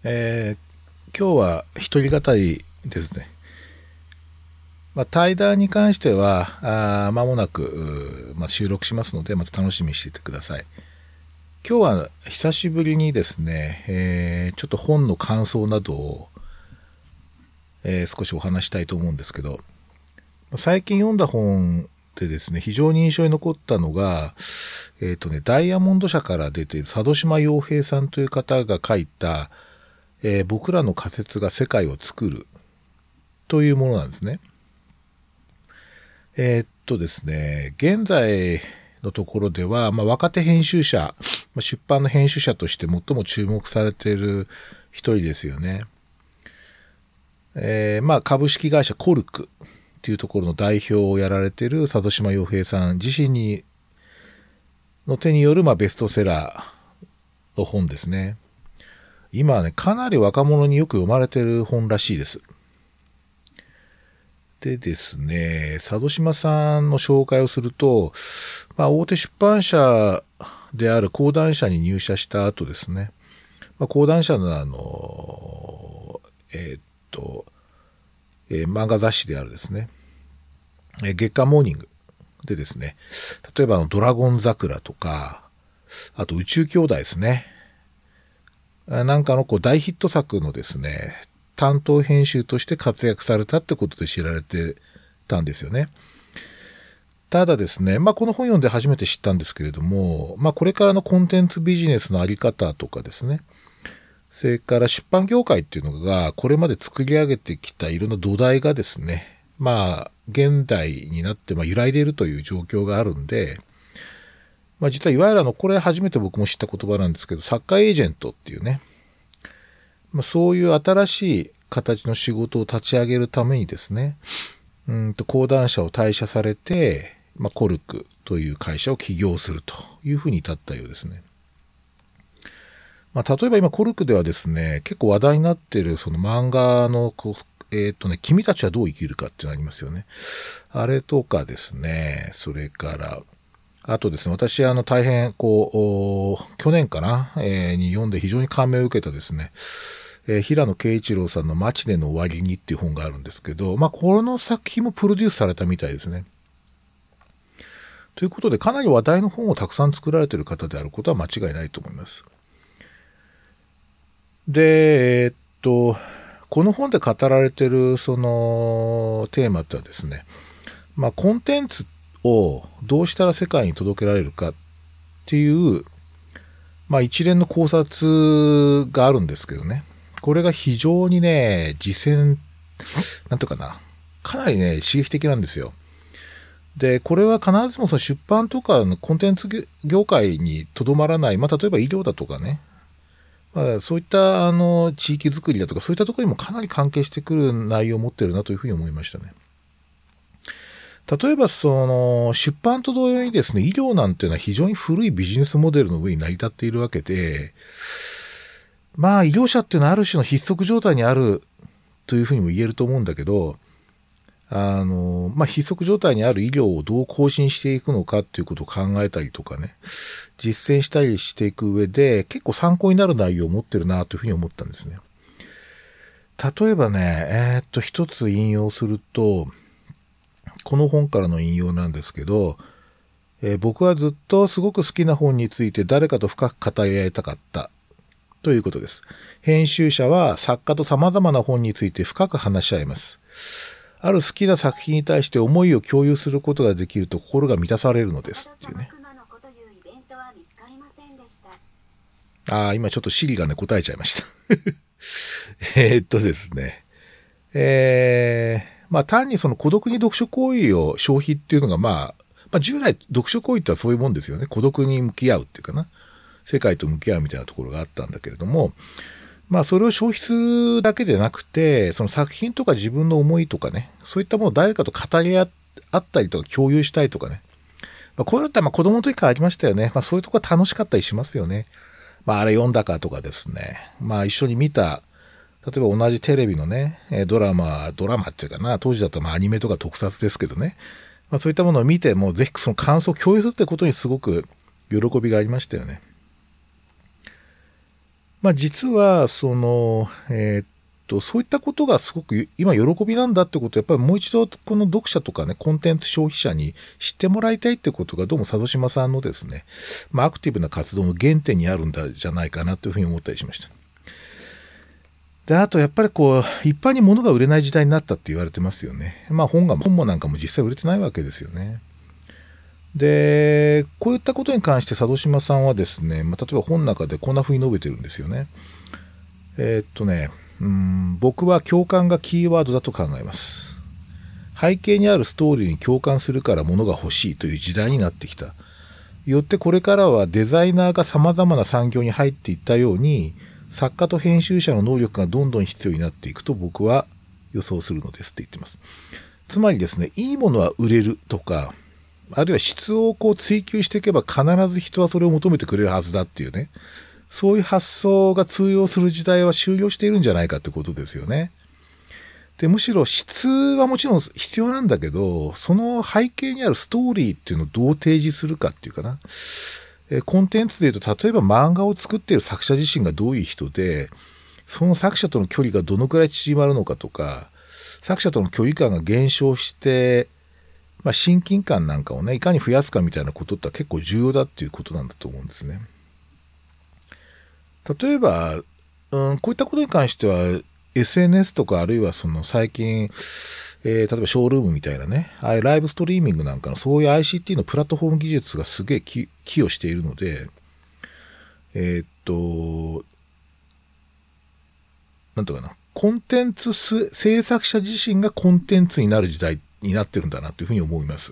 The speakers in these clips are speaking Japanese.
今日は一人語りですね。対談に関しては間もなく、収録しますので、また楽しみにしていてください。今日は久しぶりにですね、ちょっと本の感想などを、少しお話したいと思うんですけど、最近読んだ本でですね、非常に印象に残ったのが、ダイヤモンド社から出ている佐渡島洋平さんという方が書いた、僕らの仮説が世界を作るというものなんですね。ですね、現在のところでは、若手編集者、出版の編集者として最も注目されている一人ですよね。株式会社コルクっていうところの代表をやられている佐渡島洋平さん自身の手によるベストセラーの本ですね。今はね、かなり若者によく読まれている本らしいです。でですね、佐渡島さんの紹介をすると、大手出版社である講談社に入社した後ですね、講談社の漫画雑誌であるですね、月刊モーニングでですね、例えばドラゴン桜とか、あと宇宙兄弟ですね、なんかの大ヒット作のですね、担当編集として活躍されたってことで知られてたんですよね。ただですね、この本読んで初めて知ったんですけれども、これからのコンテンツビジネスのあり方とかですね、それから出版業界っていうのがこれまで作り上げてきたいろんな土台がですね、現代になって揺らいでいるという状況があるんで、実はいわゆるこれ初めて僕も知った言葉なんですけど、作家エージェントっていうね、そういう新しい形の仕事を立ち上げるためにですね、講談社を退社されて、コルクという会社を起業するというふうに至ったようですね。例えば今コルクではですね、結構話題になっているその漫画の君たちはどう生きるかっていうのがありますよね。あれとかですね、それからあとですね、私大変去年かな、に読んで非常に感銘を受けたですね、平野啓一郎さんのマチネの終わりにっていう本があるんですけど、この作品もプロデュースされたみたいですね。ということで、かなり話題の本をたくさん作られている方であることは間違いないと思います。で、この本で語られているそのテーマってはですね、コンテンツをどうしたら世界に届けられるかっていう、一連の考察があるんですけどね。これが非常にね、なんとかな、かなりね、刺激的なんですよ。で、これは必ずしもその出版とかのコンテンツ業界にとどまらない、例えば医療だとかね、そういった地域づくりだとか、そういったところにもかなり関係してくる内容を持ってるなというふうに思いましたね。例えばその出版と同様にですね、医療なんていうのは非常に古いビジネスモデルの上に成り立っているわけで、医療者っていうのはある種の必足状態にあるというふうにも言えると思うんだけど、必足状態にある医療をどう更新していくのかっていうことを考えたりとかね、実践したりしていく上で結構参考になる内容を持ってるなというふうに思ったんですね。例えばね、一つ引用すると、この本からの引用なんですけど、僕はずっとすごく好きな本について誰かと深く語り合いたかったということです。編集者は作家と様々な本について深く話し合います。ある好きな作品に対して思いを共有することができると心が満たされるのですっていうね。今ちょっとシリがね答えちゃいましたですね。単にその孤独に読書行為を消費っていうのが従来読書行為ってはそういうもんですよね。孤独に向き合うっていうかな。世界と向き合うみたいなところがあったんだけれども、それを消費するだけでなくて、その作品とか自分の思いとかね、そういったものを誰かと語り合ったりとか共有したいとかね。こういうのって子供の時からありましたよね。そういうところ楽しかったりしますよね。あれ読んだかとかですね。一緒に見た、例えば同じテレビのね、ドラマっていうかな、当時だとアニメとか特撮ですけどね。そういったものを見て、もうぜひその感想を共有するってことにすごく喜びがありましたよね。 実は、そういったことがすごく今喜びなんだってことをやっぱりもう一度この読者とかね、コンテンツ消費者に知ってもらいたいってことがどうも佐渡島さんのですね、アクティブな活動の原点にあるんだじゃないかなというふうに思ったりしました。で、あとやっぱり一般に物が売れない時代になったって言われてますよね。本もなんかも実際売れてないわけですよね。で、こういったことに関して佐渡島さんはですね、例えば本の中でこんな風に述べてるんですよね。僕は共感がキーワードだと考えます。背景にあるストーリーに共感するから物が欲しいという時代になってきた。よってこれからはデザイナーが様々な産業に入っていったように、作家と編集者の能力がどんどん必要になっていくと僕は予想するのですって言ってます。つまりですね、いいものは売れるとか、あるいは質を追求していけば必ず人はそれを求めてくれるはずだっていうね。そういう発想が通用する時代は終了しているんじゃないかってことですよね。で、むしろ質はもちろん必要なんだけど、その背景にあるストーリーっていうのをどう提示するかっていうかな。コンテンツで言うと、例えば漫画を作っている作者自身がどういう人で、その作者との距離がどのくらい縮まるのかとか、作者との距離感が減少して、親近感なんかをね、いかに増やすかみたいなことって結構重要だっていうことなんだと思うんですね。例えば、こういったことに関しては、SNS とかあるいは最近、例えばショールームみたいなね、ライブストリーミングなんかのそういう ICT のプラットフォーム技術がすげえ寄与しているので、なんとかな、コンテンツ制作者自身がコンテンツになる時代になってるんだなというふうに思います。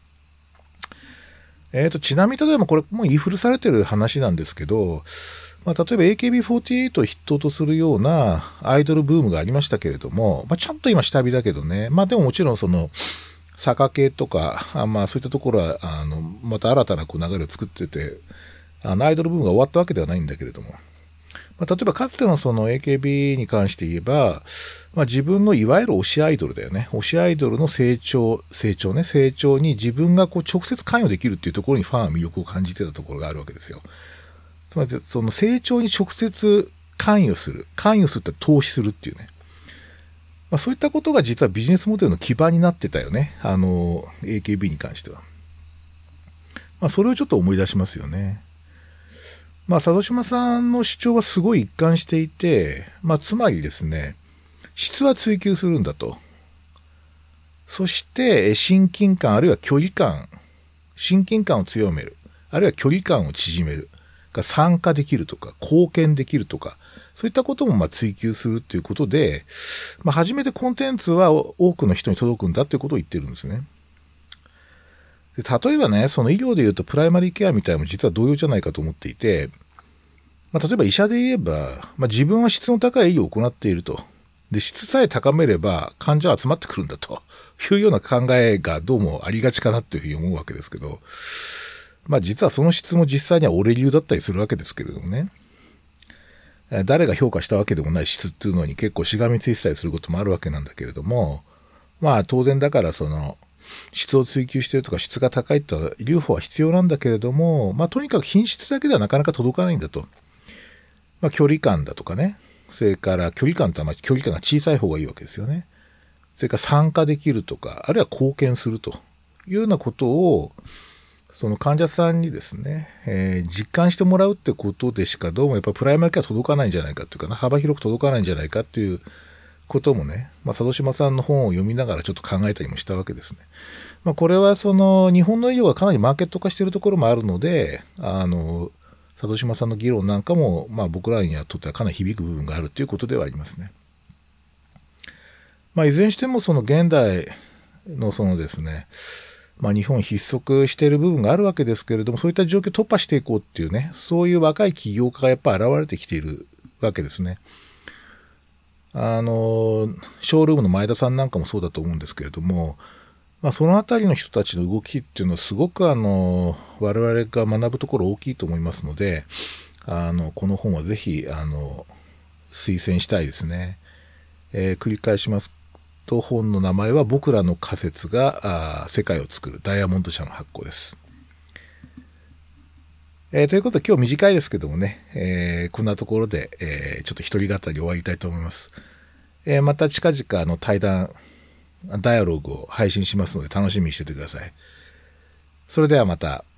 ちなみに例えばこれもう言い古されてる話なんですけど、例えば AKB48 を筆頭とするようなアイドルブームがありましたけれども、ちょっと今下火だけどね、でももちろん坂系とか、そういったところは、また新たな流れを作ってて、アイドルブームが終わったわけではないんだけれども、例えばかつてのAKB に関して言えば、自分のいわゆる推しアイドルだよね。推しアイドルの成長に自分が直接関与できるっていうところにファンは魅力を感じてたところがあるわけですよ。つまり、成長に直接関与するって投資するっていうね。そういったことが実はビジネスモデルの基盤になってたよね。AKB に関しては。それをちょっと思い出しますよね。佐渡島さんの主張はすごい一貫していて、つまりですね、質は追求するんだと。そして、親近感あるいは距離感、親近感を強める。あるいは距離感を縮める。が参加できるとか、貢献できるとか、そういったことも追求するっていうことで、初めてコンテンツは多くの人に届くんだっていうことを言ってるんですね。で例えばね、医療で言うとプライマリーケアみたいなのも実は同様じゃないかと思っていて、例えば医者で言えば、自分は質の高い医療を行っていると。で、質さえ高めれば患者は集まってくるんだというような考えがどうもありがちかなというふうに思うわけですけど、実はその質も実際には俺流だったりするわけですけれどもね。誰が評価したわけでもない質っていうのに結構しがみついてたりすることもあるわけなんだけれども、当然だから質を追求しているとか質が高いって両方は必要なんだけれども、とにかく品質だけではなかなか届かないんだと。距離感だとかね。それから距離感とは距離感が小さい方がいいわけですよね。それから参加できるとか、あるいは貢献するというようなことを、患者さんにですね、実感してもらうってことでしかどうもやっぱプライマリーケア届かないんじゃないかっていうかな、幅広く届かないんじゃないかっていうこともね、佐渡島さんの本を読みながらちょっと考えたりもしたわけですね。これは日本の医療がかなりマーケット化しているところもあるので、佐渡島さんの議論なんかも、僕らにとってはかなり響く部分があるということではありますね。いずれにしても現代のですね、日本必足している部分があるわけですけれども、そういった状況を突破していこうっていうね、そういう若い起業家がやっぱり現れてきているわけですね。ショールームの前田さんなんかもそうだと思うんですけれども、そのあたりの人たちの動きっていうのはすごく我々が学ぶところ大きいと思いますので、この本はぜひ推薦したいですね。繰り返しますと、本の名前は僕らの仮説が世界を作るダイヤモンド社の発行です。 ということで今日短いですけどもね、こんなところで、ちょっと一人語り終わりたいと思います。また近々対談、ダイアログを配信しますので楽しみにしててください。それではまた。